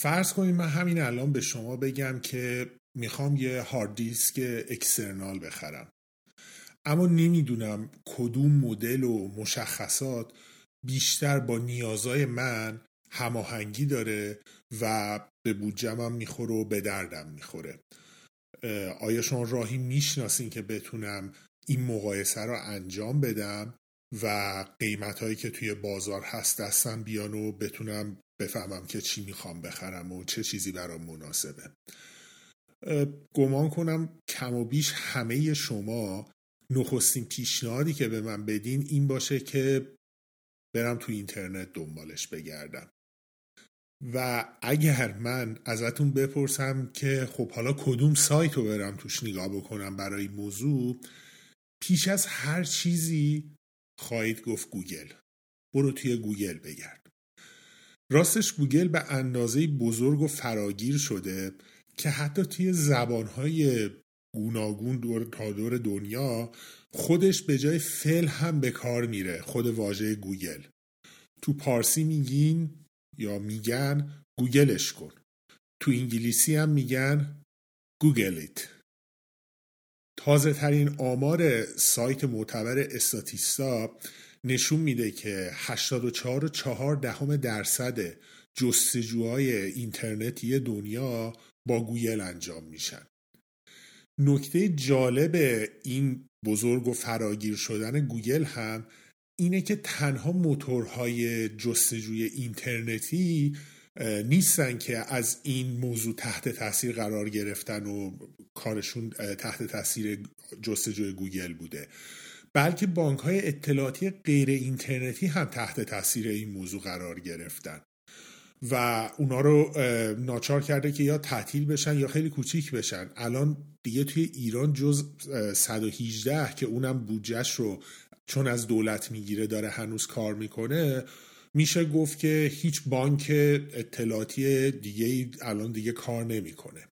فرض کنید من همین الان به شما بگم که میخوام یه هارد دیسک اکسترنال بخرم، اما نمیدونم کدوم مدل و مشخصات بیشتر با نیازهای من هماهنگی داره و به بودجه‌م میخوره و به دردم میخوره. آیا شما راهی میشناسین که بتونم این مقایسه رو انجام بدم و قیمتایی که توی بازار هست دستم بیان و بتونم بفهمم که چی میخوام بخرم و چه چیزی برام مناسبه؟ گمان کنم کم و بیش همه شما نخستین پیشنهادی که به من بدین این باشه که برم تو اینترنت دنبالش بگردم. و اگر من ازتون بپرسم که خب حالا کدوم سایت رو برم توش نگاه بکنم برای موضوع، پیش از هر چیزی خواهید گفت گوگل. برو توی گوگل بگرد. راستش گوگل به اندازه بزرگ و فراگیر شده که حتی توی زبانهای گوناگون دور دنیا خودش به جای فعل هم به کار میره. خود واژه گوگل تو پارسی میگن گوگلش کن، تو انگلیسی هم میگن گوگل ایت. تازه ترین آمار سایت معتبر استاتیستا نشون میده که 84.4% جستجوهای اینترنتی دنیا با گوگل انجام میشن. نکته جالب این بزرگ و فراگیر شدن گوگل هم اینه که تنها موتورهای جستجوی اینترنتی نیستن که از این موضوع تحت تاثیر قرار گرفتن و کارشون تحت تاثیر جستجوی گوگل بوده، بلکه بانک‌های اطلاعاتی غیر اینترنتی هم تحت تاثیر این موضوع قرار گرفتن و اونا رو ناچار کرده که یا تعطیل بشن یا خیلی کوچیک بشن. الان دیگه توی ایران جز 118 که اونم بودجهش رو چون از دولت میگیره داره هنوز کار میکنه، میشه گفت که هیچ بانک اطلاعاتی دیگه الان دیگه کار نمیکنه.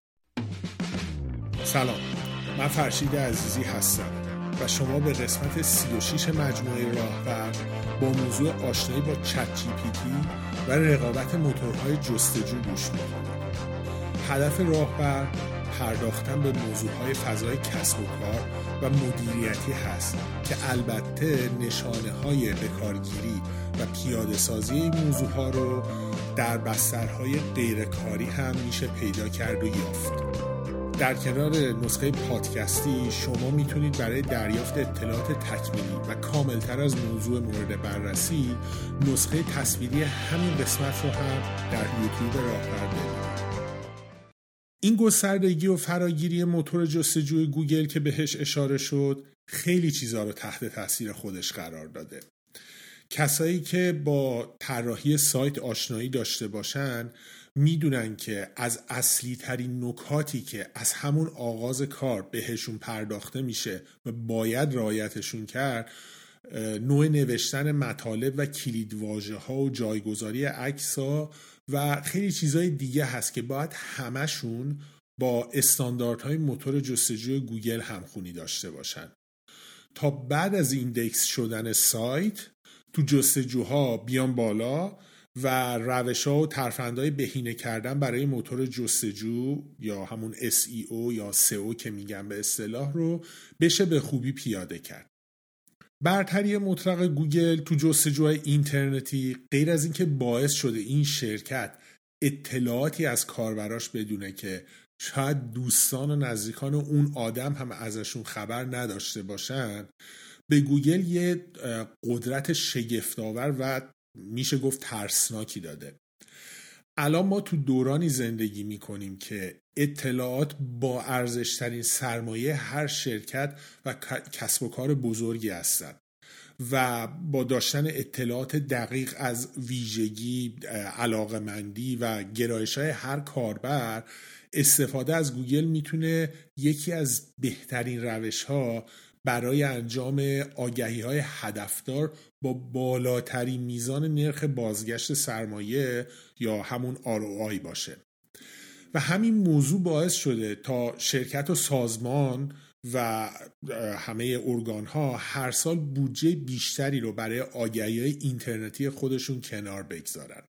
سلام، من فرشید عزیزی هستم و شما به قسمت 36 مجموعه راهبر با موضوع آشنایی با چت جی پی تی و رقابت موتورهای جستجو گوش میکنید. هدف راهبر پرداختن به موضوعهای فضای کسب و کار و مدیریتی هست که البته نشانه‌های بکارگیری و پیاده سازی این موضوعها رو در بسترهای غیرکاری هم میشه پیدا کرد و یافت. در کنار نسخه پادکستی شما میتونید برای دریافت اطلاعات تکمیلی و کاملتر از موضوع مورد بررسی نسخه تصویری همین قسمت رو هم در یوتیوب راهبر ببینید. این گستردگی و فراگیری موتور جستجوی گوگل که بهش اشاره شد خیلی چیزا رو تحت تاثیر خودش قرار داده. کسایی که با طراحی سایت آشنایی داشته باشن میدونن که از اصلی ترین نکاتی که از همون آغاز کار بهشون پرداخته میشه و باید رعایتشون کرد نوع نوشتن مطالب و کلیدواژه ها و جایگذاری عکس ها و خیلی چیزای دیگه هست که باید همشون با استانداردهای موتور جستجوی گوگل همخونی داشته باشن تا بعد از ایندکس شدن سایت تو جستجوها بیان بالا و روش‌ها و ترفندهای بهینه کردن برای موتور جستجو یا همون SEO یا SEO که میگن به اصطلاح رو بشه به خوبی پیاده کرد. برتری مطلق گوگل تو جستجوهای اینترنتی غیر از اینکه باعث شده این شرکت اطلاعاتی از کاربراش بدونه که شاید دوستان و نزدیکان اون آدم هم ازشون خبر نداشته باشن، به گوگل یه قدرت شگفت‌آور و میشه گفت ترسناکی داده. الان ما تو دورانی زندگی میکنیم که اطلاعات با ارزشترین سرمایه هر شرکت و کسب و کار بزرگی هستند و با داشتن اطلاعات دقیق از ویژگی، علاقمندی و گرایش‌های هر کاربر، استفاده از گوگل میتونه یکی از بهترین روش‌ها برای انجام آگهی‌های هدفدار با بالاترین میزان نرخ بازگشت سرمایه یا همون ROI باشه. و همین موضوع باعث شده تا شرکت و سازمان و همه ارگان‌ها هر سال بودجه بیشتری رو برای آگهی‌های اینترنتی خودشون کنار بگذارن.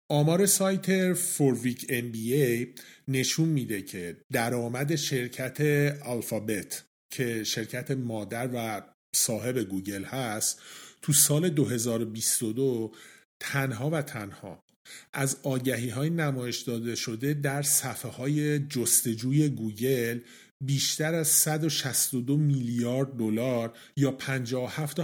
آمار سایت فورویک MBA نشون میده که درآمد شرکت آلفابت که شرکت مادر و صاحب گوگل هست تو سال 2022 تنها و تنها از آگهی‌های نمایش داده شده در صفحه‌های جستجوی گوگل بیشتر از 162 میلیارد دلار یا 57 تا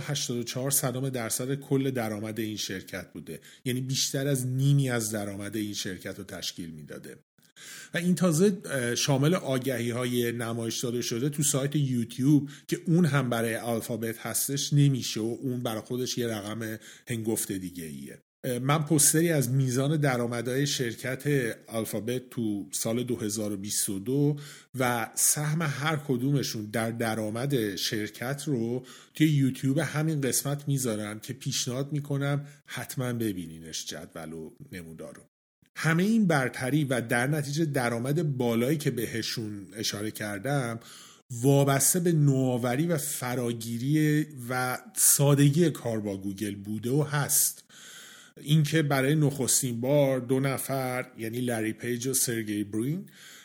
84% کل درآمد این شرکت بوده. یعنی بیشتر از نیمی از درآمد این شرکت رو تشکیل میداده. و این تازه شامل آگهی‌های نمایش داده شده تو سایت یوتیوب که اون هم برای آلفابت هستش نمیشه و اون برای خودش یه رقم هنگفت دیگه ایه. من پوستری از میزان درآمدهای شرکت آلفابت تو سال 2022 و سهم هر کدومشون در درآمد شرکت رو توی یوتیوب همین قسمت میذارم که پیشنهاد میکنم حتما ببینینش جدول و نمودارو. همه این برتری و در نتیجه درآمد بالایی که بهشون اشاره کردم وابسته به نوآوری و فراگیری و سادگی کار با گوگل بوده و هست. اینکه برای نخستین بار 2 نفر یعنی لری پیج و سرگی برین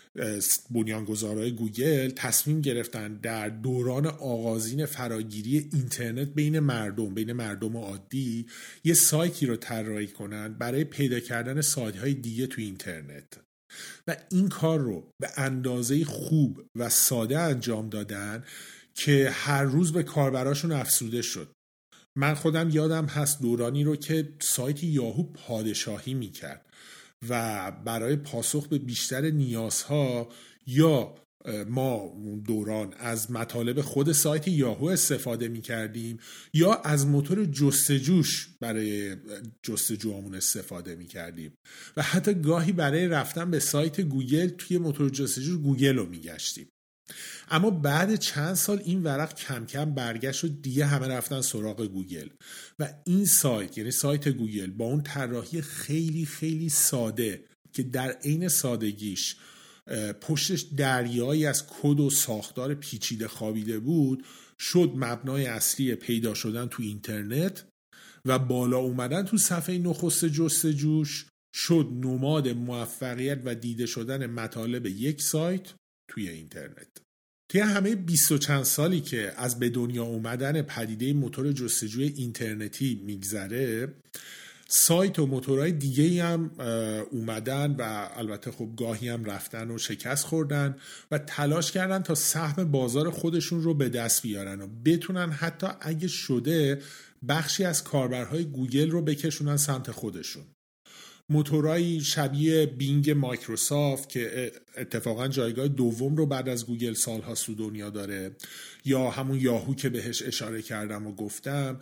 بنیانگذارای گوگل تصمیم گرفتن در دوران آغازین فراگیری اینترنت بین مردم عادی یه سایتی رو طراحی کنن برای پیدا کردن سایت‌های دیگه تو اینترنت و این کار رو به اندازه خوب و ساده انجام دادن که هر روز به کاربراشون افزوده شد. من خودم یادم هست دورانی رو که سایت یاهو پادشاهی میکرد و برای پاسخ به بیشتر نیازها یا ما دوران از مطالب خود سایت یاهو استفاده میکردیم یا از موتور جستجوش برای جستجوامون استفاده میکردیم و حتی گاهی برای رفتن به سایت گوگل توی موتور جستجو گوگل رو میگشتیم. اما بعد چند سال این ورق کم کم برگشت و دیگه همه رفتن سراغ گوگل و این سایت یعنی سایت گوگل با اون طراحی خیلی خیلی ساده که در عین سادگیش پشتش دریایی از کد و ساختار پیچیده خوابیده بود شد مبنای اصلی پیدا شدن تو اینترنت و بالا اومدن تو صفحه نخست جستجوش شد نماد موفقیت و دیده شدن مطالب یک سایت توی اینترنت. توی همه 20 و چند سالی که از به دنیا اومدن پدیده موتور جستجوی اینترنتی میگذره سایت و موتورهای دیگه‌ای هم اومدن و البته خب گاهی هم رفتن و شکست خوردن و تلاش کردن تا سهم بازار خودشون رو به دست بیارن و بتونن حتی اگه شده بخشی از کاربرهای گوگل رو بکشونن سمت خودشون. موتورهای شبیه بینگ مایکروسافت که اتفاقا جایگاه دوم رو بعد از گوگل سالها تو دنیا داره یا همون یاهو که بهش اشاره کردم و گفتم،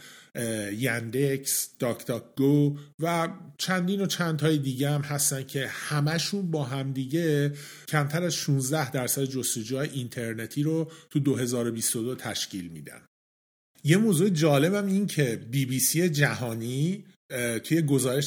یندکس، داک داک گو و چندین و چند تای دیگه هم هستن که همشون با هم دیگه کمتر از 16% جستجوهای اینترنتی رو تو 2022 تشکیل میدن. یه موضوع جالبم این که BBC جهانی توی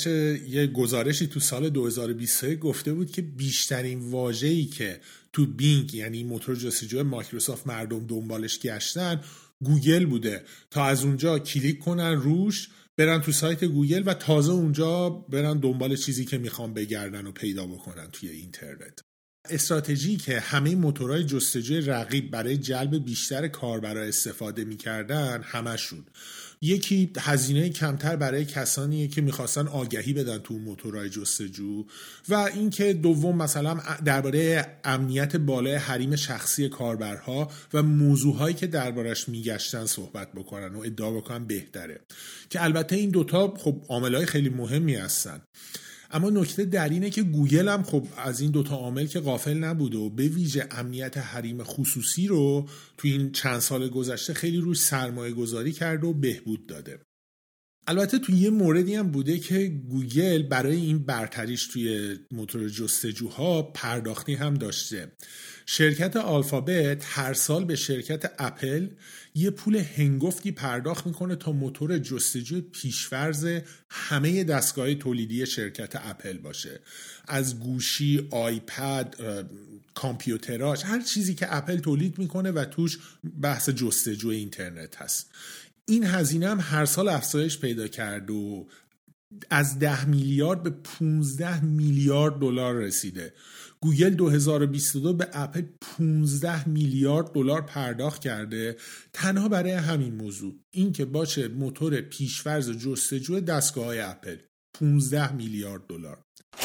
گزارشی تو سال 2023 گفته بود که بیشترین واژه‌ای که تو بینگ یعنی موتور جستجوی مایکروسافت مردم دنبالش گشتن گوگل بوده تا از اونجا کلیک کنن روش برن تو سایت گوگل و تازه اونجا برن دنبال چیزی که میخوان بگردن و پیدا بکنن توی اینترنت. استراتژی که همه موتورهای جستجوی رقیب برای جلب بیشتر کاربرا استفاده میکردن همشون یکی هزینه کمتر برای کسانیه که میخواستن آگهی بدن تو موتورهای جستجو و اینکه دوم مثلا درباره امنیت بالای حریم شخصی کاربرها و موضوعهایی که دربارش میگشتن صحبت بکنن و ادعا بکنن بهتره که البته این دوتا خب عاملای خیلی مهمی هستن. اما نکته در اینه که گوگل هم خب از این دوتا عامل که غافل نبوده و به ویژه امنیت حریم خصوصی رو تو این چند سال گذشته خیلی روش سرمایه گذاری کرده و بهبود داده. البته تو یه موردی هم بوده که گوگل برای این برتریش توی موتور جستجوها پرداختی هم داشته. شرکت آلفابت هر سال به شرکت اپل یه پول هنگفتی پرداخت میکنه تا موتور جستجوی پیشفرض همه دستگاه تولیدی شرکت اپل باشه، از گوشی، آیپد، کامپیوتراش، هر چیزی که اپل تولید میکنه و توش بحث جستجوی اینترنت هست. این هزینه هم هر سال افزایش پیدا کرد و از 10 میلیارد به 15 میلیارد دلار رسیده. گوگل 2022 به اپل 15 میلیارد دلار پرداخت کرده تنها برای همین موضوع، این که باشه موتور پیش‌فرض جستجوی دستگاه‌های اپل. 15 میلیارد دلار.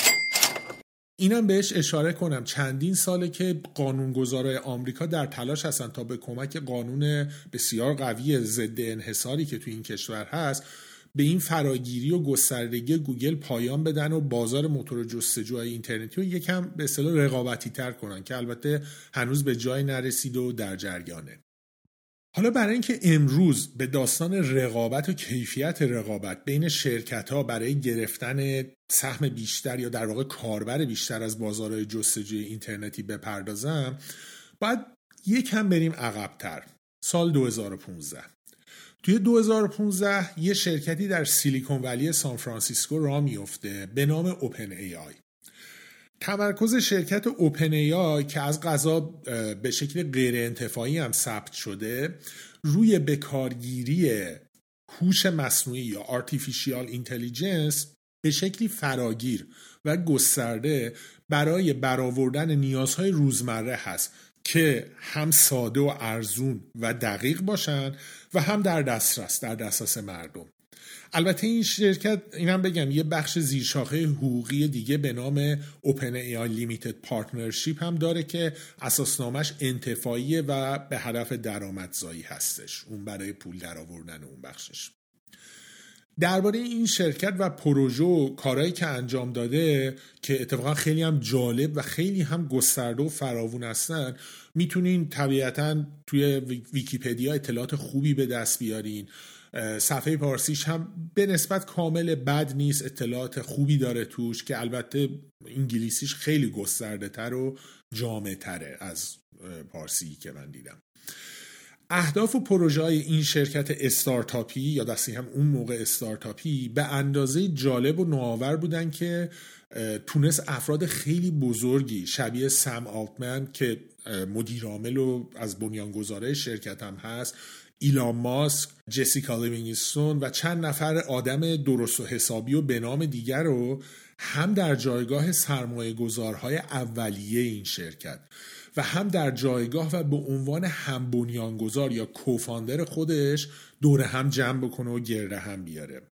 اینم بهش اشاره کنم چندین ساله که قانونگذارای آمریکا در تلاش هستن تا به کمک قانون بسیار قوی ضد انحصاری که تو این کشور هست به این فراگیری و گستردگی گوگل پایان بدن و بازار موتور جستجوی اینترنتی رو یکم به اصطلاح رقابتی تر کنن که البته هنوز به جای نرسیده و در جریانه. حالا برای اینکه امروز به داستان رقابت و کیفیت رقابت بین شرکت‌ها برای گرفتن سهم بیشتر یا در واقع کاربر بیشتر از بازارهای جستجوی اینترنتی بپردازم، باید یکم بریم عقب‌تر. سال 2015. توی 2015 یه شرکتی در سیلیکون ولی سان فرانسیسکو راه میفته به نام اوپن ای آی. تمرکز شرکت اوپن ای آی که از قضا به شکل غیر انتفاعی هم ثبت شده روی بکارگیری هوش مصنوعی یا artificial intelligence به شکلی فراگیر و گسترده برای برآوردن نیازهای روزمره هست که هم ساده و ارزون و دقیق باشن و هم در دسترس مردم. البته این شرکت، اینم بگم، یه بخش زیرشاخه حقوقی دیگه به نام اوپن ای آی لیمیتد پارتنرشیپ هم داره که اساسنامش انتفاعیه و به هدف درآمدزایی هستش، اون برای پول درآوردن اون بخشش. درباره این شرکت و پروژه و کارهایی که انجام داده که اتفاقا خیلی هم جالب و خیلی هم گسترده و فراوون هستن میتونین طبیعتاً توی ویکی‌پدیا اطلاعات خوبی به دست بیارین. صفحه پارسیش هم به نسبت کامل بد نیست، اطلاعات خوبی داره توش که البته انگلیسیش خیلی گسترده تر و جامع تره از پارسی که من دیدم. اهداف و پروژه های این شرکت استارتاپی یا دستی هم اون موقع استارتاپی به اندازه جالب و نوآور بودن که تونست افراد خیلی بزرگی شبیه سم آلتمن که مدیر عامل و از بنیانگذارای شرکت هم هست، ایلان ماسک، جسیکا لیوینگستون و چند نفر آدم درست و حسابی و به نام دیگر رو هم در جایگاه سرمایه گذارهای اولیه این شرکت و هم در جایگاه و به عنوان هم بنیانگذار یا کوفاندر خودش دور هم جمع بکنه و گرده هم بیاره.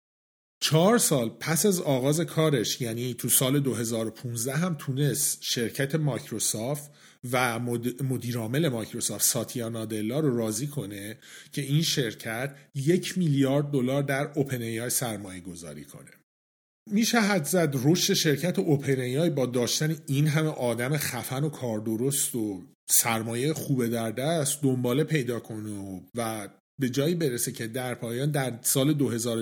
4 سال پس از آغاز کارش، یعنی تو سال 2015 هم تونست شرکت مایکروسافت و مدیرعامل مایکروسافت ساتیا نادلا رو راضی کنه که این شرکت 1 میلیارد دلار در اوپن ای آی سرمایه گذاری کنه. میشه حد زد رشد شرکت اوپن ای آی با داشتن این همه آدم خفن و کاردرست و سرمایه خوب در دست دنباله پیدا کنه و به جایی برسه که در پایان در سال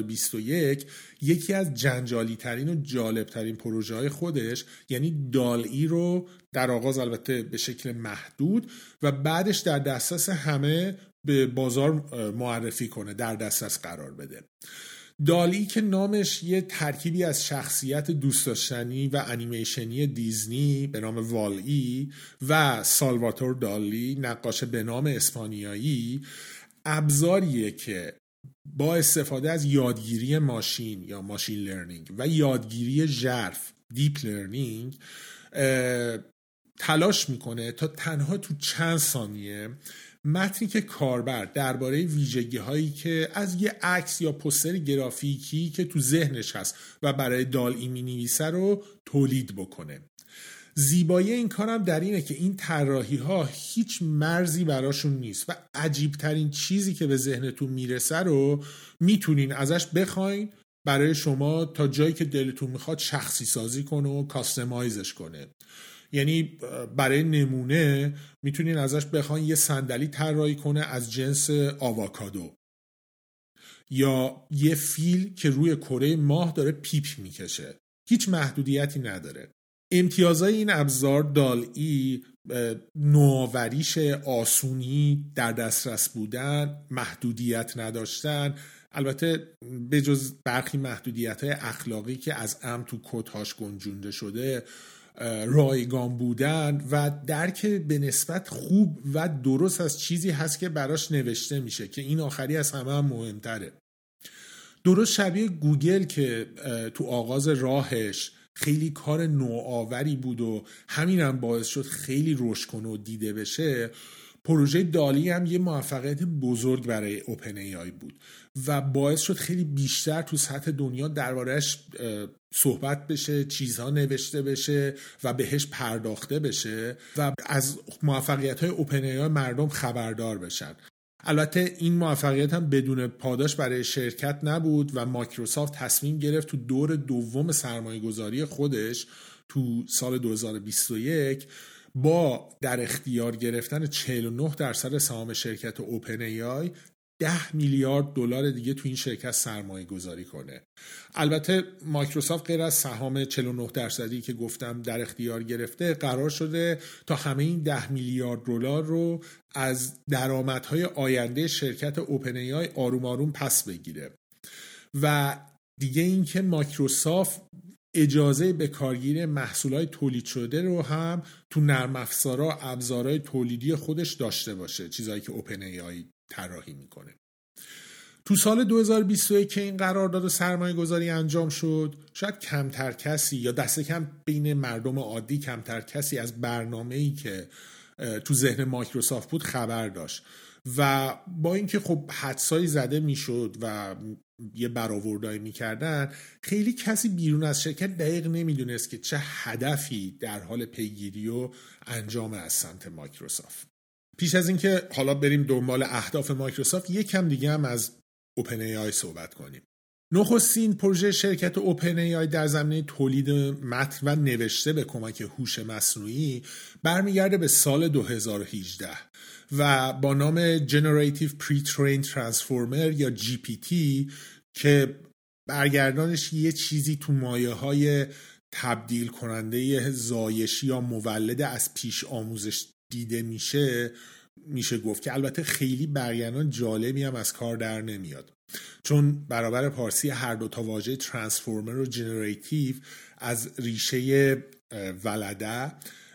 2021 یکی از جنجالی ترین و جالب ترین پروژه های خودش یعنی دال-ای رو در آغاز البته به شکل محدود و بعدش در دسترس همه به بازار معرفی کنه، در دسترس قرار بده. دال-ای که نامش یه ترکیبی از شخصیت دوست داشتنی و انیمیشنی دیزنی به نام وال-ای و سالواتور دالی نقاش به نام اسپانیایی، ابزاریه که با استفاده از یادگیری ماشین یا ماشین لرنینگ و یادگیری ژرف دیپ لرنینگ تلاش میکنه تا تنها تو چند ثانیه متنی که کاربر درباره ویژگی هایی که از یه عکس یا پوستر گرافیکی که تو ذهنش هست و برای دال-ای مینویسه رو تولید بکنه. زیبایی این کارم در اینه که این طراحی ها هیچ مرزی براشون نیست و عجیب ترین چیزی که به ذهنتون میرسه رو میتونین ازش بخواین برای شما تا جایی که دلتون میخواد شخصی سازی کنه و کاستمایزش کنه. یعنی برای نمونه میتونین ازش بخواین یه صندلی طراحی کنه از جنس آووکادو یا یه فیل که روی کره ماه داره پیپ میکشه. هیچ محدودیتی نداره. امتیازهای این ابزار دال-ای نوآوریش، آسونی، در دسترس بودن، محدودیت نداشتن، البته به جز برخی محدودیت‌های اخلاقی که از عمد تو کدهاش گنجونده شده، رایگان بودن و درک به نسبت خوب و درست از چیزی هست که براش نوشته میشه که این آخری از همه هم مهمتره. درست شبیه گوگل که تو آغاز راهش خیلی کار نوآوری بود و همین هم باعث شد خیلی رشد کنه و دیده بشه، پروژه دالی هم یه موفقیت بزرگ برای اوپن ای آی بود و باعث شد خیلی بیشتر تو سطح دنیا درباره‌اش صحبت بشه، چیزها نوشته بشه و بهش پرداخته بشه و از موفقیت‌های اوپن ای آی مردم خبردار بشن. البته این موفقیت هم بدون پاداش برای شرکت نبود و مایکروسافت تصمیم گرفت تو دور دوم سرمایه‌گذاری خودش تو سال 2021 با در اختیار گرفتن 49% سهام شرکت اوپن ای آی 10 میلیارد دلار دیگه تو این شرکت سرمایه گذاری کنه. البته مایکروسافت غیر از سهام 49% که گفتم در اختیار گرفته، قرار شده تا همه این 10 میلیارد دلار رو از درآمدهای آینده شرکت اوپن ای آی آروم آروم پس بگیره و دیگه این که مایکروسافت اجازه به کارگیری محصولات تولید شده رو هم تو نرم افزارها، ابزارهای تولیدی خودش داشته باشه، چیزایی که اوپن ای آی طراحی میکنه. تو سال 2021 که این قرارداد و سرمایه گذاری انجام شد، شاید کمتر کسی یا دست کم بین مردم عادی کمتر کسی از برنامه‌ای که تو ذهن مایکروسافت بود خبر داشت و با اینکه خب حدسایی زده میشد و یه برآوردایی میکردن، خیلی کسی بیرون از شرکت دقیق نمیدونست که چه هدفی در حال پیگیری و انجام از سمت مایکروسافت. پیش از اینکه حالا بریم دنبال اهداف مایکروسافت، یکم دیگه هم از اوپن ای آی صحبت کنیم. نخستین پروژه شرکت اوپن ای آی در زمینه تولید متن و نوشته به کمک هوش مصنوعی برمیگرده به سال 2018 و با نام Generative Pre-trained Transformer یا GPT که برگردانش یه چیزی تو مایه‌های تبدیل کننده زایشی یا مولد از پیش آموزش دیده میشه گفت که البته خیلی برگردان جالبی هم از کار در نمیاد، چون برابر پارسی هر دو تا واژه ترانسفورمر و جنراتیو از ریشه ولده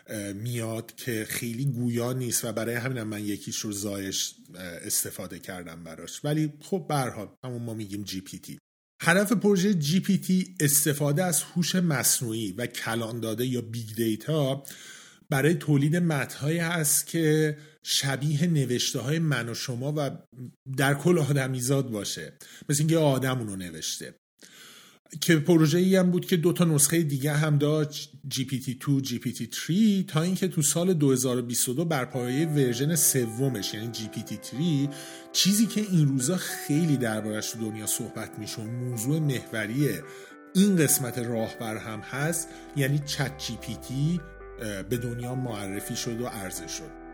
میاد که خیلی گویا نیست و برای همینم من یکیش رو زایش استفاده کردم براش، ولی خب به هر حال همون ما میگیم GPT. هدف پروژه GPT استفاده از هوش مصنوعی و کلان داده یا بیگ دیتا برای تولید متن‌هایی هست که شبیه نوشته‌های من و شما و در کل آدمیزاد باشه، مثل اینکه آدم اونو نوشته. که پروژه‌ای هم بود که 2 نسخه دیگه هم داشت، GPT-2 GPT-3، تا اینکه تو سال 2022 بر پایه ورژن سومش یعنی GPT-3 چیزی که این روزا خیلی دربارش تو دنیا صحبت میشه و موضوع محوری این قسمت راهبر هم هست، یعنی چت GPT به دنیا معرفی شد و عرضه شد.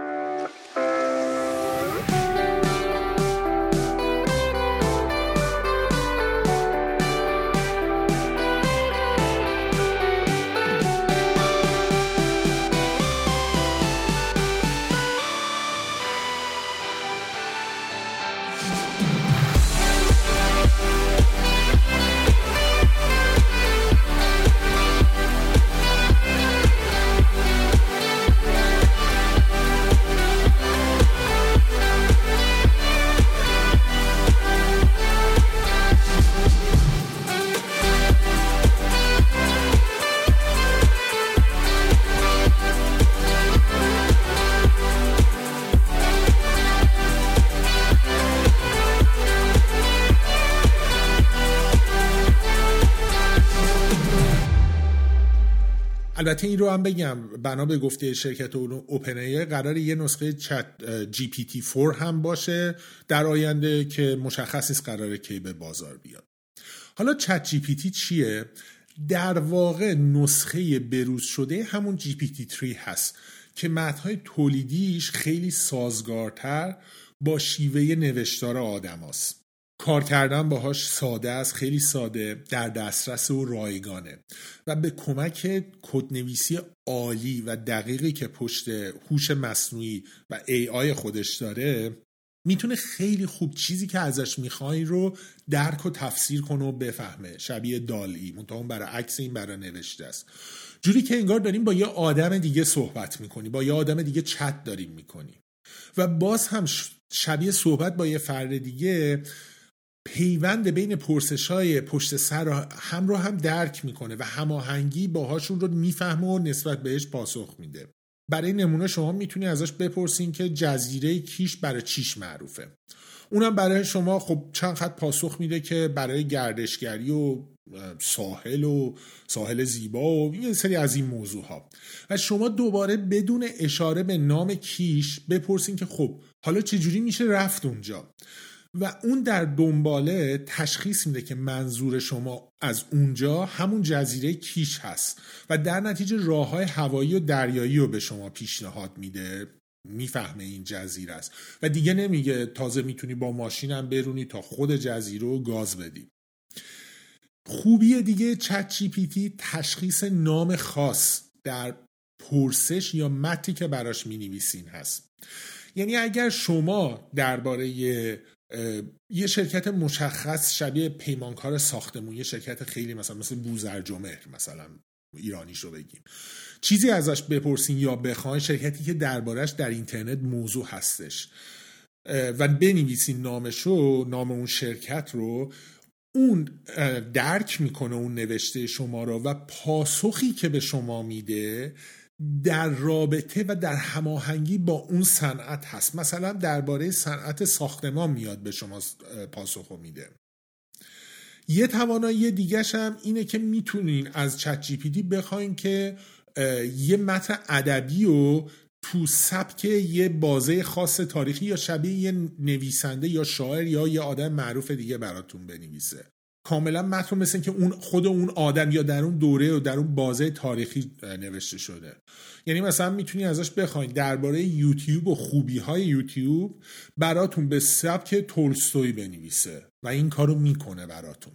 البته این رو هم بگم، بنا به گفته شرکت اوپن ای قراره یه نسخه چت GPT-4 هم باشه در آینده که مشخص نیست قراره کی به بازار بیاد. حالا چت GPT چیه؟ در واقع نسخه بروز شده همون GPT-3 هست که متن‌های تولیدیش خیلی سازگارتر با شیوه نوشتار آدم هست. کار کردن باهاش ساده است، خیلی ساده، در دسترس و رایگانه و به کمک کدنویسی عالی و دقیقی که پشت هوش مصنوعی و AI خودش داره میتونه خیلی خوب چیزی که ازش میخوای رو درک و تفسیر کنه و بفهمه، شبیه دال-ای، منتها اون برای عکس، این برای نوشته است، جوری که انگار داریم با یه آدم دیگه صحبت میکنی، با یه آدم دیگه چت داریم میکنی و باز هم شبیه صحبت با یه فرد دیگه. پیوند بین پرسش‌های پشت سر هم درک میکنه و هماهنگی باهاشون رو میفهمه و نسبت بهش پاسخ میده. برای نمونه شما میتونی ازش بپرسین که جزیره کیش برای چیش معروفه. اونم برای شما خب چند خط پاسخ میده که برای گردشگری و ساحل زیبا و یه سری از این موضوع ها. و شما دوباره بدون اشاره به نام کیش بپرسین که خب حالا چجوری میشه رفت اونجا، و اون در دنباله تشخیص میده که منظور شما از اونجا همون جزیره کیش هست و در نتیجه راههای هوایی و دریایی رو به شما پیشنهاد میده. میفهمه این جزیره است و دیگه نمیگه تازه میتونی با ماشینم برونی تا خود جزیره رو گاز بدی. خوبی دیگه چت جی پی تی تشخیص نام خاص در پرسش یا متنی که براش مینویسین هست. یعنی اگر شما درباره یه شرکت مشخص شبیه پیمانکار ساختمون، یه شرکت خیلی مثل بوزرجمهر مثلا ایرانیش رو بگیم، چیزی ازش بپرسین یا بخواین، شرکتی که دربارش در اینترنت موضوع هستش و بنویسین نامشو، نام اون شرکت رو، اون درک میکنه اون نوشته شما رو و پاسخی که به شما میده در رابطه و در هماهنگی با اون صنعت هست. مثلا درباره صنعت ساختمان میاد به شما پاسخو میده. یه توانایی دیگه‌ش هم اینه که میتونین از چت جی پی تی بخواین که یه متن ادبی رو تو سبک یه بازه خاص تاریخی یا شبیه یه نویسنده یا شاعر یا یه آدم معروف دیگه براتون بنویسه. کاملا متن مثل که اون خود اون آدم یا در اون دوره و در اون بازه تاریخی نوشته شده. یعنی مثلا میتونی ازش بخواین درباره یوتیوب و خوبی‌های یوتیوب براتون به سبک تولستوی بنویسه و این کارو میکنه براتون.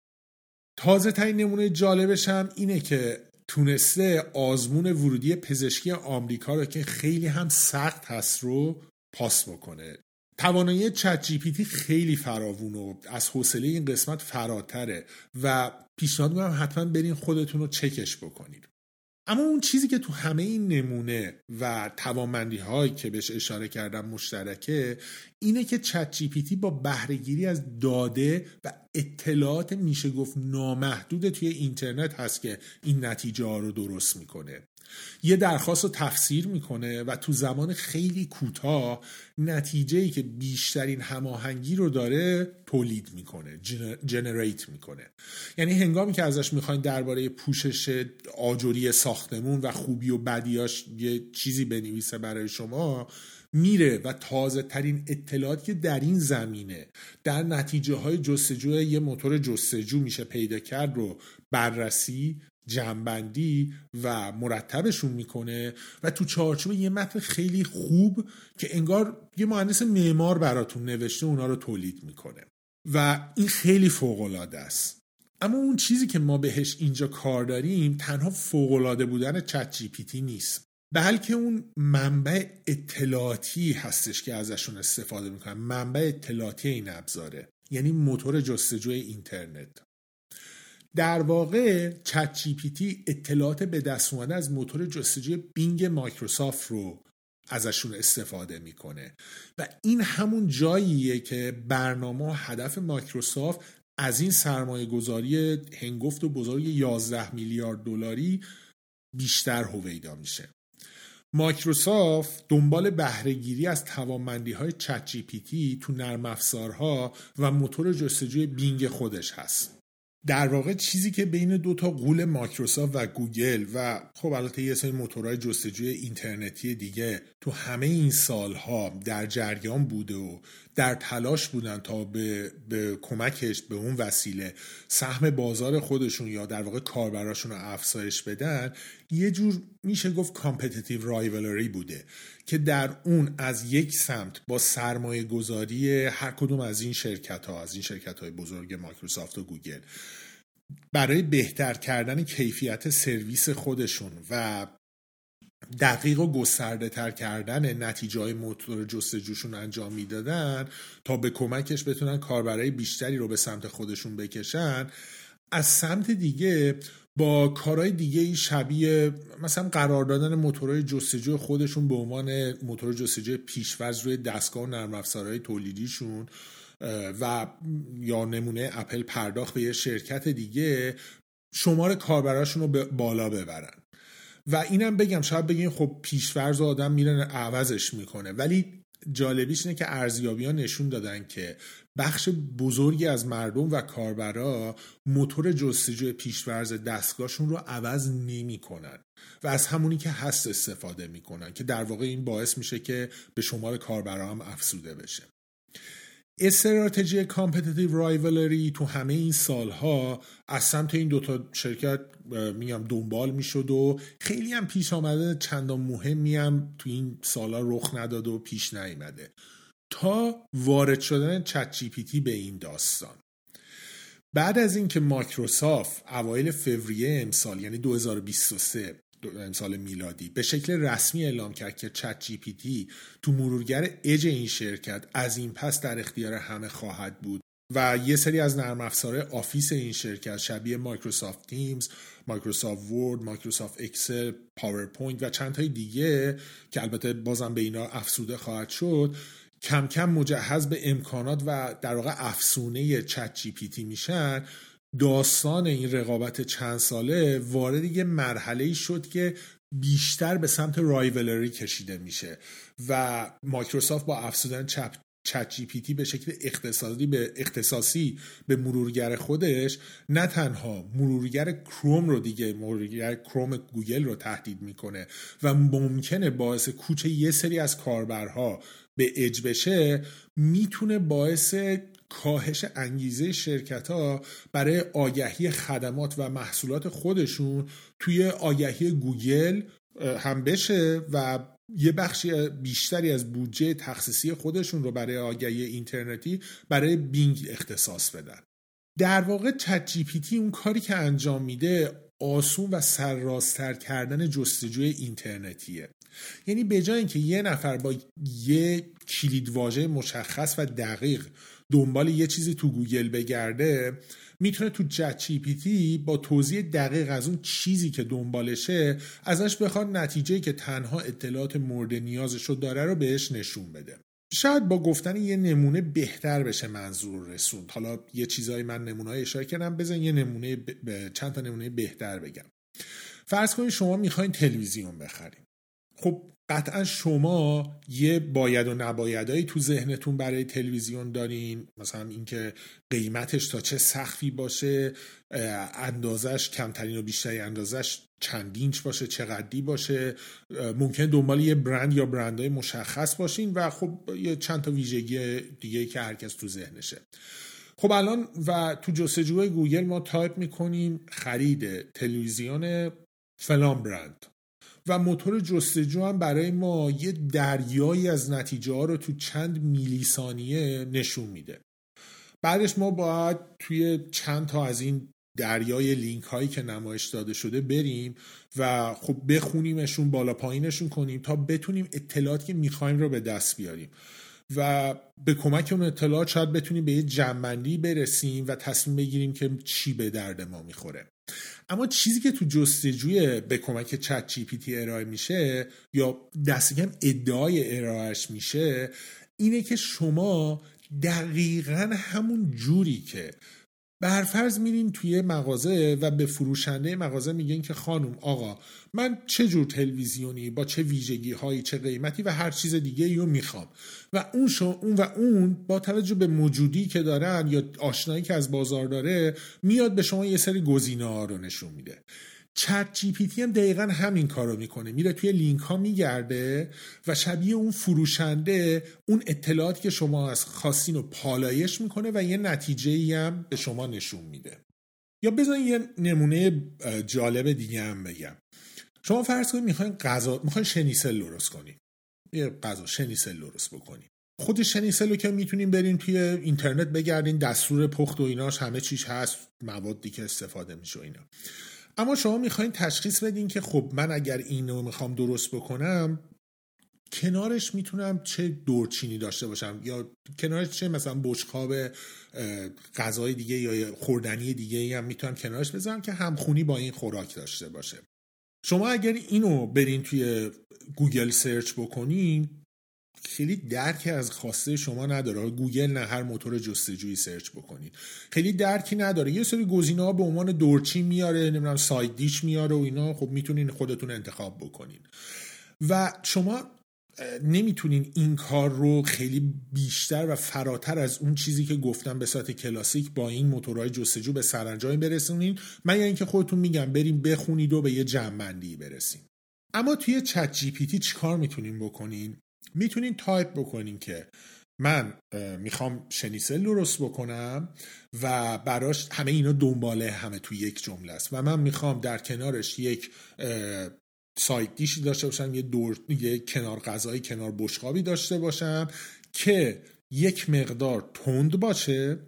تازه ترین نمونه جالبش هم اینه که تونسته آزمون ورودی پزشکی آمریکا رو که خیلی هم سخت هست رو پاس بکنه. توانایی چت جی پی تی خیلی فراوون و از حوصله این قسمت فراتره و پیشنهاد میکنم حتما برین خودتون رو چکش بکنید. اما اون چیزی که تو همه این نمونه و توانمندی هایی که بهش اشاره کردم مشترکه، اینه که چت جی پی تی با بهره‌گیری از داده و اطلاعات میشه گفت نامحدود توی اینترنت هست که این نتیجه ها رو درست میکنه. یه درخواست رو تفسیر میکنه و تو زمان خیلی کوتاه نتیجه‌ای که بیشترین هماهنگی رو داره تولید میکنه، جنریت میکنه. یعنی هنگامی که ازش میخواین درباره پوشش آجری ساختمون و خوبی و بدیاش یه چیزی بنویسه برای شما، میره و تازه ترین اطلاعاتی که در این زمینه در نتیجه های جستجوی یه موتور جستجو میشه پیدا کرد رو بررسی، جمع‌بندی و مرتبشون میکنه و تو چارچوب یه متن خیلی خوب که انگار یه مهندس معمار براتون نوشته اونا رو تولید میکنه و این خیلی فوق‌العاده است. اما اون چیزی که ما بهش اینجا کار داریم تنها فوق‌العاده بودن چت جی پی تی نیست، بلکه اون منبع اطلاعاتی هستش که ازشون استفاده میکنن. منبع اطلاعاتی این ابزاره یعنی موتور جستجوی اینترنت. در واقع چت جی پی تی اطلاعات به دست اومده از موتور جستجوی بینگ مایکروسافت رو ازشون استفاده میکنه و این همون جاییه که برنامه و هدف مایکروسافت از این سرمایه گذاری هنگفت و بزرگ 11 میلیارد دلاری بیشتر هویدا میشه. مایکروسافت دنبال بهره‌گیری از توانمندی‌های چت جی پی تی تو نرم افزارها و موتور جستجوی بینگ خودش هست. در واقع چیزی که بین دوتا غول مایکروسافت و گوگل و خب البته یه سری موتورهای جستجوی اینترنتی دیگه تو همه این سالها در جریان بوده و در تلاش بودن تا به کمکش به اون وسیله سهم بازار خودشون یا در واقع کاربراشون رو افزایش بدن، یه جور میشه گفت کامپتیتیو رایولری بوده که در اون از یک سمت با سرمایه گذاری هر کدوم از این شرکت های بزرگ مایکروسافت و گوگل برای بهتر کردن کیفیت سرویس خودشون و دقیق و گسترده تر کردن نتیجه های موتور جستجوشون انجام میدادن تا به کمکش بتونن کاربرای بیشتری رو به سمت خودشون بکشن، از سمت دیگه با کارهای دیگه شبیه مثلا قرار دادن موتورهای جستجوی خودشون به عنوان موتور جستجوی پیش‌فرض روی دستگاه و نرم افزارهای تولیدیشون و یا نمونه اپل پرداخت به یه شرکت دیگه شمار کاربراشون رو بالا ببرن. و اینم بگم، شاید بگین خب پیش‌فرض آدم میره عوضش میکنه، ولی جالبیش اینه که ارزیابی‌ها نشون دادن که بخش بزرگی از مردم و کاربرا موتور جستجوی پیش‌فرض دستگاهشون رو عوض نمی‌کنن و از همونی که هست استفاده میکنن، که در واقع این باعث میشه که به شمار کاربرا هم افزوده بشه. استراتژی کامپتیتیو رایولری تو همه این سالها از سمت این دوتا شرکت دنبال میشد و خیلی هم پیش آمده، چندان مهمی هم تو این سالها رخ نداد و پیش نیامده تا وارد شدن چت جی پی تی به این داستان. بعد از اینکه مایکروسافت اوایل فوریه امسال، یعنی 2023 امسال میلادی، به شکل رسمی اعلام کرد که چت جی پی تی تو مرورگر اج این شرکت از این پس در اختیار همه خواهد بود و یه سری از نرم افزار آفیس این شرکت شبیه مایکروسافت تیمز، مایکروسافت ورد، مایکروسافت اکسل، پاورپوینت و چند تای دیگه که البته بازم به اینا افزوده خواهد شد، کم کم مجهز به امکانات و در واقع افزونه چت جی پی تی میشن. داستان این رقابت چند ساله وارد یه مرحله‌ای شد که بیشتر به سمت رایولری کشیده میشه و مایکروسافت با افزودن چت جی پی تی به شکل اختصاصی به مرورگر خودش نه تنها مرورگر کروم رو دیگه، مرورگر کروم گوگل رو تهدید میکنه و ممکنه باعث کوچ یه سری از کاربرها به اج بشه، میتونه باعث کاهش انگیزه شرکت‌ها برای آگهی خدمات و محصولات خودشون توی آگهی گوگل هم بشه و یه بخشی بیشتری از بودجه تخصیصی خودشون رو برای آگهی اینترنتی برای بینگ اختصاص بدن. در واقع چت جی پی تی اون کاری که انجام میده آسون و سرراست‌تر کردن جستجوی اینترنتیه. یعنی به جای اینکه یه نفر با یه کلیدواژه مشخص و دقیق دنبال یه چیزی تو گوگل بگرده، میتونه تو چت جی پی تی با توضیح دقیق از اون چیزی که دنبالشه ازش بخواد نتیجه‌ای که تنها اطلاعات مورد نیازشو داره رو بهش نشون بده. شاید با گفتن یه نمونه بهتر بشه منظور رسوند. حالا یه چیزایی من نمونه‌های اشاره کردم، بزن یه نمونه چند تا نمونه بهتر بگم. فرض کنید شما میخواین تلویزیون بخرید. خب قطعا شما یه باید و نبایدایی تو ذهنتون برای تلویزیون دارین، مثلا اینکه قیمتش تا چه سقفی باشه، اندازش کمترین و بیشتری اندازش چند اینچ باشه، چقدری باشه، ممکن دنبال یه برند یا برندهای مشخص باشین و خب یه چند تا ویژگی دیگه که هرکس تو ذهنشه. خب الان و تو جستجوی گوگل ما تایپ میکنیم خرید تلویزیون فلان برند و موتور جستجو هم برای ما یه دریایی از نتیجه ها رو تو چند میلی ثانیه نشون میده. بعدش ما باید توی چند تا از این دریای لینک هایی که نمایش داده شده بریم و خب بخونیمشون، بالا پایینشون کنیم تا بتونیم اطلاعاتی که میخوایم رو به دست بیاریم و به کمک اون اطلاعات شاید بتونیم به یه جمع‌بندی برسیم و تصمیم بگیریم که چی به درد ما میخوره. اما چیزی که تو جستجوی به کمک چت جی پی تی ارائه میشه یا دست کم ادعای ارائهش میشه اینه که شما دقیقاً همون جوری که برفرض میرین توی مغازه و به فروشنده مغازه میگین که خانم آقا من چه جور تلویزیونی با چه ویژگی هایی چه قیمتی و هر چیز دیگه رو میخوام و اون با توجه به موجودی که دارن یا آشنایی که از بازار داره میاد به شما یه سری گزینه ها رو نشون میده. چت جی پی تی هم دقیقاً همین کارو میکنه، میره توی لینک ها میگرده و شبیه اون فروشنده اون اطلاعاتی که شما از خواستین رو پالایش میکنه و یه نتیجه‌ای هم به شما نشون میده. یا بذارین یه نمونه جالب دیگه هم بگم. شما فرض کنید میخواین شنیسل درست کنید، یه غذا شنیسل درست بکنید. خود شنیسل رو که میتونین برین توی اینترنت بگردین، دستور پخت و ایناش همه چیز هست، موادی که استفاده میشه اینا. اما شما میخواین تشخیص بدین که خب من اگر اینو میخوام درست بکنم کنارش میتونم چه دورچینی داشته باشم یا کنارش چه مثلا بشقاب غذای دیگه یا خوردنی دیگه هم میتونم کنارش بذارم که همخونی با این خوراک داشته باشه. شما اگر اینو برین توی گوگل سرچ بکنین خیلی درکی از خواسته شما نداره. گوگل نه، هر موتور جستجویی سرچ بکنید خیلی درکی نداره. یه سری گزینه‌ها به عنوان دورچین میاره، نمیدونم ساید دیش میاره و اینا، خب میتونین خودتون انتخاب بکنین و شما نمیتونین این کار رو خیلی بیشتر و فراتر از اون چیزی که گفتم به صورت کلاسیک با این موتورهای جستجو به سرانجام برسونین، مگر اینکه خودتون میگم بریم بخونید و به یه جمع‌بندی برسین. اما توی چت جی پی تی چیکار میتونین بکنین؟ میتونین تایپ بکنین که من میخوام شنیسل درست بکنم و براش همه اینا دنباله همه توی یک جمله است و من میخوام در کنارش یک ساید دیشی داشته باشم، یه کنار غذایی، کنار بشقابی داشته باشم که یک مقدار تند باشه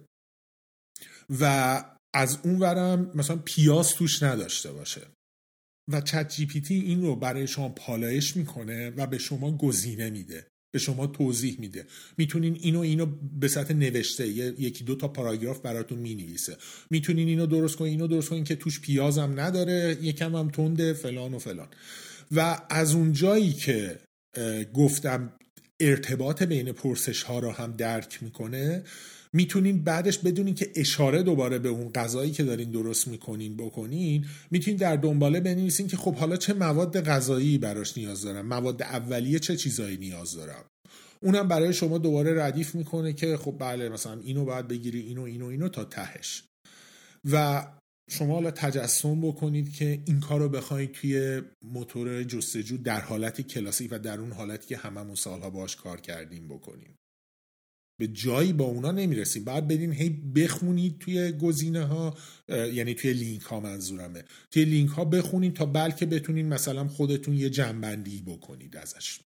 و از اون ورم مثلا پیاز توش نداشته باشه و چت جی پی تی این رو برای شما پالایش میکنه و به شما گزینه میده، به شما توضیح میده. میتونین اینو به صورت نوشته یکی دو تا پاراگراف براتون مینویسه، میتونین اینو درست کنین که توش پیازم نداره، یکم هم تنده، فلان و فلان. و از اون جایی که گفتم ارتباط بین پرسش ها رو هم درک میکنه، میتونین بعدش بدونین که اشاره دوباره به اون غذایی که دارین درست میکنین بکنین، میتونین در دنباله بنویسین که خب حالا چه مواد غذایی براش نیاز دارم، مواد اولیه چه چیزایی نیاز دارم. اونم برای شما دوباره ردیف میکنه که خب بله مثلا اینو باید بگیری، اینو تا تهش. و شما حالا تجسم بکنید که این کار رو بخواید توی موتور جستجو در حالت کلاسیک و در اون حالتی که هممون سالها باهاش کار کردیم بکنیم. به جایی با اونا نمیرسیم. بعد بدین هی بخونید توی گزینه ها، یعنی توی لینک ها منظورمه، توی لینک ها بخونید تا بلکه بتونین مثلا خودتون یه جنبندی بکنید ازش.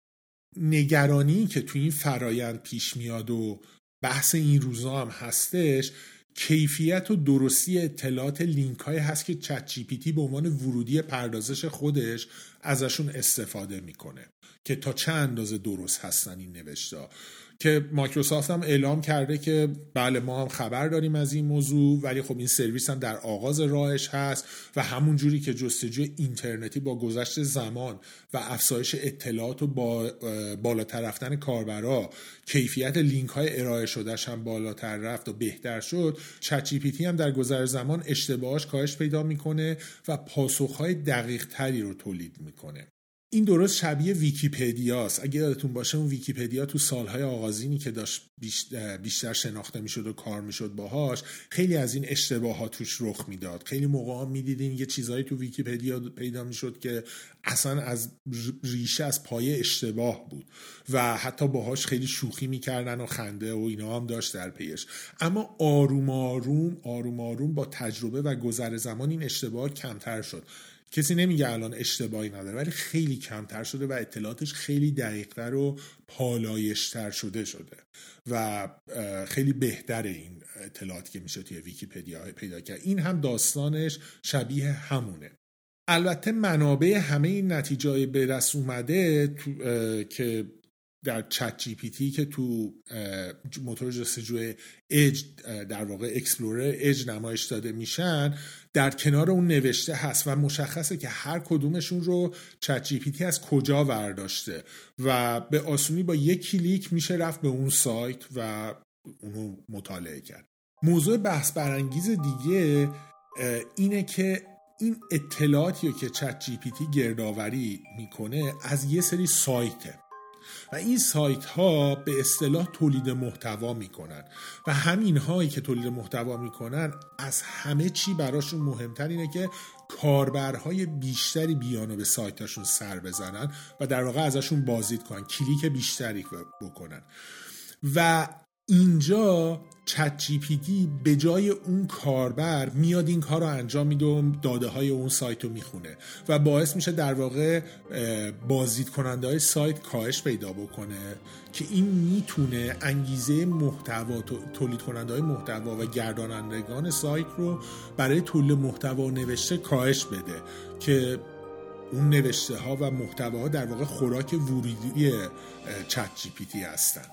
نگرانی که توی این فرایند پیش میاد و بحث این روزا هم هستش، کیفیت و درستی اطلاعات لینک های هست که چت جی پی تی به عنوان ورودی پردازش خودش ازشون استفاده میکنه که تا چه اندازه درست هستن این نوشته‌ها. که مایکروسافت هم اعلام کرده که بله ما هم خبر داریم از این موضوع، ولی خب این سرویس هم در آغاز راهش هست و همون جوری که جستجوی اینترنتی با گذشت زمان و افزایش اطلاعات و با بالاتر رفتن کاربرا کیفیت لینک های ارائه شدهش هم بالاتر رفت و بهتر شد، چت جی پی تی هم در گذر زمان اشتباهاش کاهش پیدا میکنه و پاسخهای دقیق تری رو تولید میکنه. این درست شبیه ویکی‌پدیاست. اگه یادتون باشه اون ویکی‌پدیا تو سالهای آغازینی که داشت بیشتر شناخته میشد و کار میشد باهاش، خیلی از این اشتباهات توش رخ میداد. خیلی موقعا میدیدین یه چیزایی تو ویکی‌پدیا پیدا میشد که اصلا از ریشه از پایه اشتباه بود و حتی باهاش خیلی شوخی میکردن و خنده و اینا هم داشت در پیش. اما آروم آروم با تجربه و گذر زمان این اشتباهات کمتر شد. کسی نمیگه الان اشتباهی نداره، ولی خیلی کمتر شده و اطلاعاتش خیلی دقیق‌تر و پالایش‌تر شده و خیلی بهتره این اطلاعاتی که میشه توی ویکی‌پدیا پیدا کرد. این هم داستانش شبیه همونه. البته منابع همه این نتیجه‌های به دست اومده که در چت جی پی تی که تو موتور جستجوی اج در واقع اکسپلورر اج نمایش داده میشن، در کنار اون نوشته هست و مشخصه که هر کدومشون رو چت جی پی تی از کجا برداشته و به آسونی با یک کلیک میشه رفت به اون سایت و اونو مطالعه کرد. موضوع بحث برانگیز دیگه اینه که این اطلاعاتی که چت جی پی تی گردآوری میکنه از یه سری سایته و این سایت ها به اصطلاح تولید محتوا میکنن و همین هایی که تولید محتوا میکنن از همه چی براشون مهمتر اینه که کاربرهای بیشتری بیان و به سایتاشون سر بزنن و در واقع ازشون بازدید کنن، کلیک بیشتری بکنن. و اینجا چت جی پی تی به جای اون کاربر میاد این کار رو انجام میده و داده های اون سایت رو میخونه و باعث میشه در واقع بازدید کننده های سایت کاهش پیدا بکنه که این میتونه انگیزه محتوا تولید کننده های محتوا و گردانندگان سایت رو برای تولید محتوا و نوشته کاهش بده که اون نوشته ها و محتواها در واقع خوراک ورودی چت جی پی تی هستن.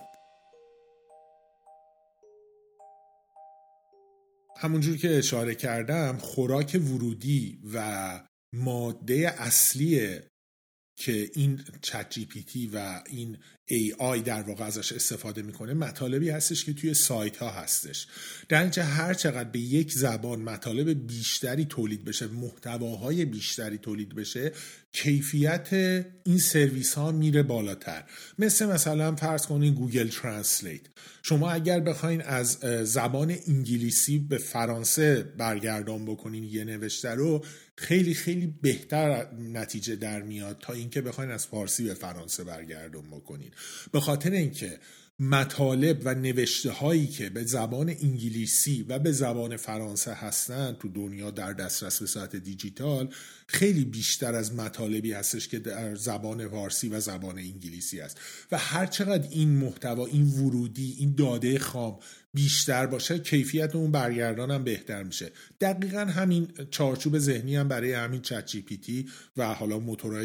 همونجور که اشاره کردم خوراک ورودی و ماده اصلی که این چت جی پی تی و این AI در واقع ازش استفاده میکنه مطالبی هستش که توی سایت ها هستش. در اینجا هر چقدر به یک زبان مطالب بیشتری تولید بشه، محتواهای بیشتری تولید بشه، کیفیت این سرویس ها میره بالاتر. مثلا فرض کنین گوگل ترنسلیت، شما اگر بخواین از زبان انگلیسی به فرانسه برگردان بکنین یه نوشته رو، خیلی خیلی بهتر نتیجه در میاد تا اینکه بخواین از فارسی به فرانسه برگردان بکنین. به خاطر اینکه مطالب و نوشته هایی که به زبان انگلیسی و به زبان فرانسه هستن تو دنیا در دسترس به صورت دیجیتال خیلی بیشتر از مطالبی هستش که در زبان فارسی و زبان انگلیسی است و هر چقدر این محتوا، این ورودی، این داده خام بیشتر باشه، کیفیت اون برگردان هم بهتر میشه. دقیقاً همین چارچوب ذهنی هم برای همین چت جی پی تی و حالا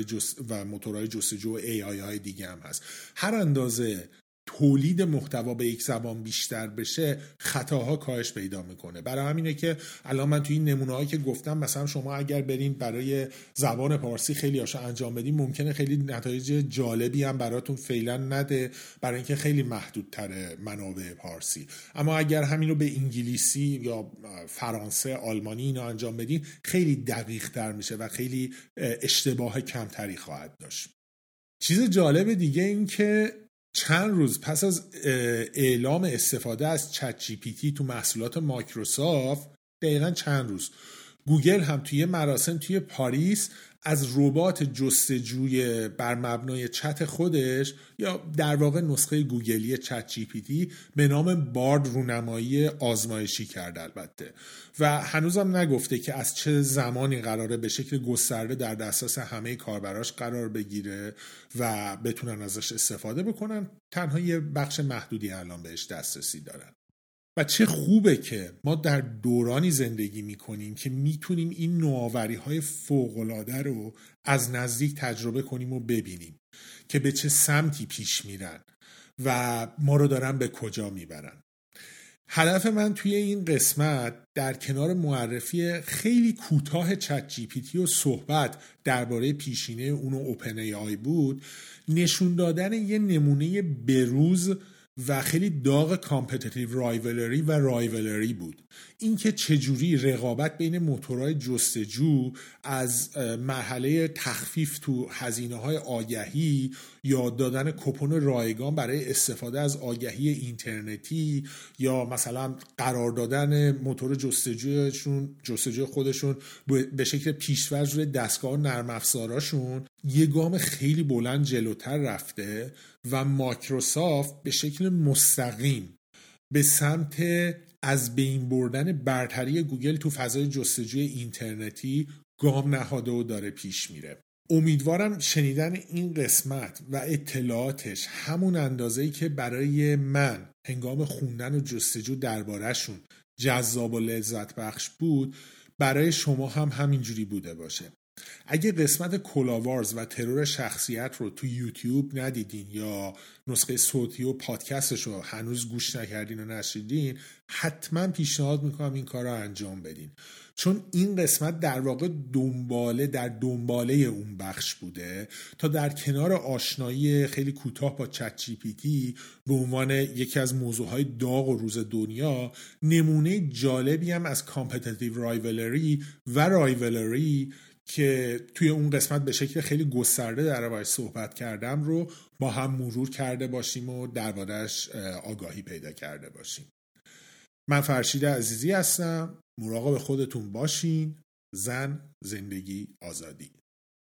موتورهای جستجو و AI های دیگه هم هست. هر اندازه تولید محتوا به یک زبان بیشتر بشه، خطاها کاهش پیدا میکنه. برای همینه که الان من توی این نمونه‌هایی که گفتم، مثلا شما اگر برین برای زبان پارسی خیلی هاشو انجام بدین، ممکنه خیلی نتایج جالبی هم براتون فعلا نده، برای اینکه خیلی محدودتره منابع پارسی. اما اگر همین رو به انگلیسی یا فرانسه، آلمانی اینا انجام بدین، خیلی دقیق تر میشه و خیلی اشتباه کمتری خواهد داشت. چیز جالب دیگه این که چند روز پس از اعلام استفاده از چت جی پی تی تو محصولات مایکروسافت، دقیقاً چند روز، گوگل هم توی مراسم توی پاریس از ربات جستجوی بر مبنای چت خودش، یا در واقع نسخه گوگلی چت جی پی تی به نام بارد رونمایی آزمایشی کرده البته، و هنوزم نگفته که از چه زمانی قراره به شکل گسترده در دسترس همه کاربراش قرار بگیره و بتونن ازش استفاده بکنن. تنها یه بخش محدودی الان بهش دسترسی دارن. و چه خوبه که ما در دورانی زندگی میکنیم که میتونیم این نوآوری‌های فوق‌العاده رو از نزدیک تجربه کنیم و ببینیم که به چه سمتی پیش میرن و ما رو دارن به کجا میبرن. هدف من توی این قسمت در کنار معرفی خیلی کوتاه چت جی پی تی و صحبت درباره پیشینه اون و اوپن ای آی بود، نشون دادن یه نمونه بروز و خیلی داغ کامپتیتیو رایولری و رایولری بود. اینکه چجوری رقابت بین موتورهای جستجو از مرحله تخفیف تو هزینه‌های آگهی یا دادن کوپن رایگان برای استفاده از آگهی اینترنتی یا مثلا قرار دادن موتور جستجوی خودشون به شکل پیش‌فرض روی دستگاه نرم افزاراشون یه گام خیلی بلند جلوتر رفته و مایکروسافت به شکل مستقیم به سمت از بین بردن برتری گوگل تو فضای جستجوی اینترنتی گام نهاده و داره پیش میره. امیدوارم شنیدن این قسمت و اطلاعاتش همون اندازه‌ای که برای من هنگام خوندن و جستجو درباره‌شون جذاب و لذت بخش بود، برای شما هم همینجوری بوده باشه. اگه قسمت کلاوارز و ترور شخصیت رو تو یوتیوب ندیدین یا نسخه صوتی و پادکستش رو هنوز گوش نکردین و نشیدین، حتما پیشنهاد میکنم این کار رو انجام بدین، چون این قسمت در واقع دنباله اون بخش بوده تا در کنار آشنایی خیلی کوتاه با چت جی پی تی به عنوان یکی از موضوعهای داغ و روز دنیا، نمونه جالبی هم از کامپتیتیو رایولری و رایولری که توی اون قسمت به شکل خیلی گسترده دربارش صحبت کردم رو با هم مرور کرده باشیم و دربارش آگاهی پیدا کرده باشیم. من فرشید عزیزی هستم. مراقب خودتون باشین. زن، زندگی، آزادی.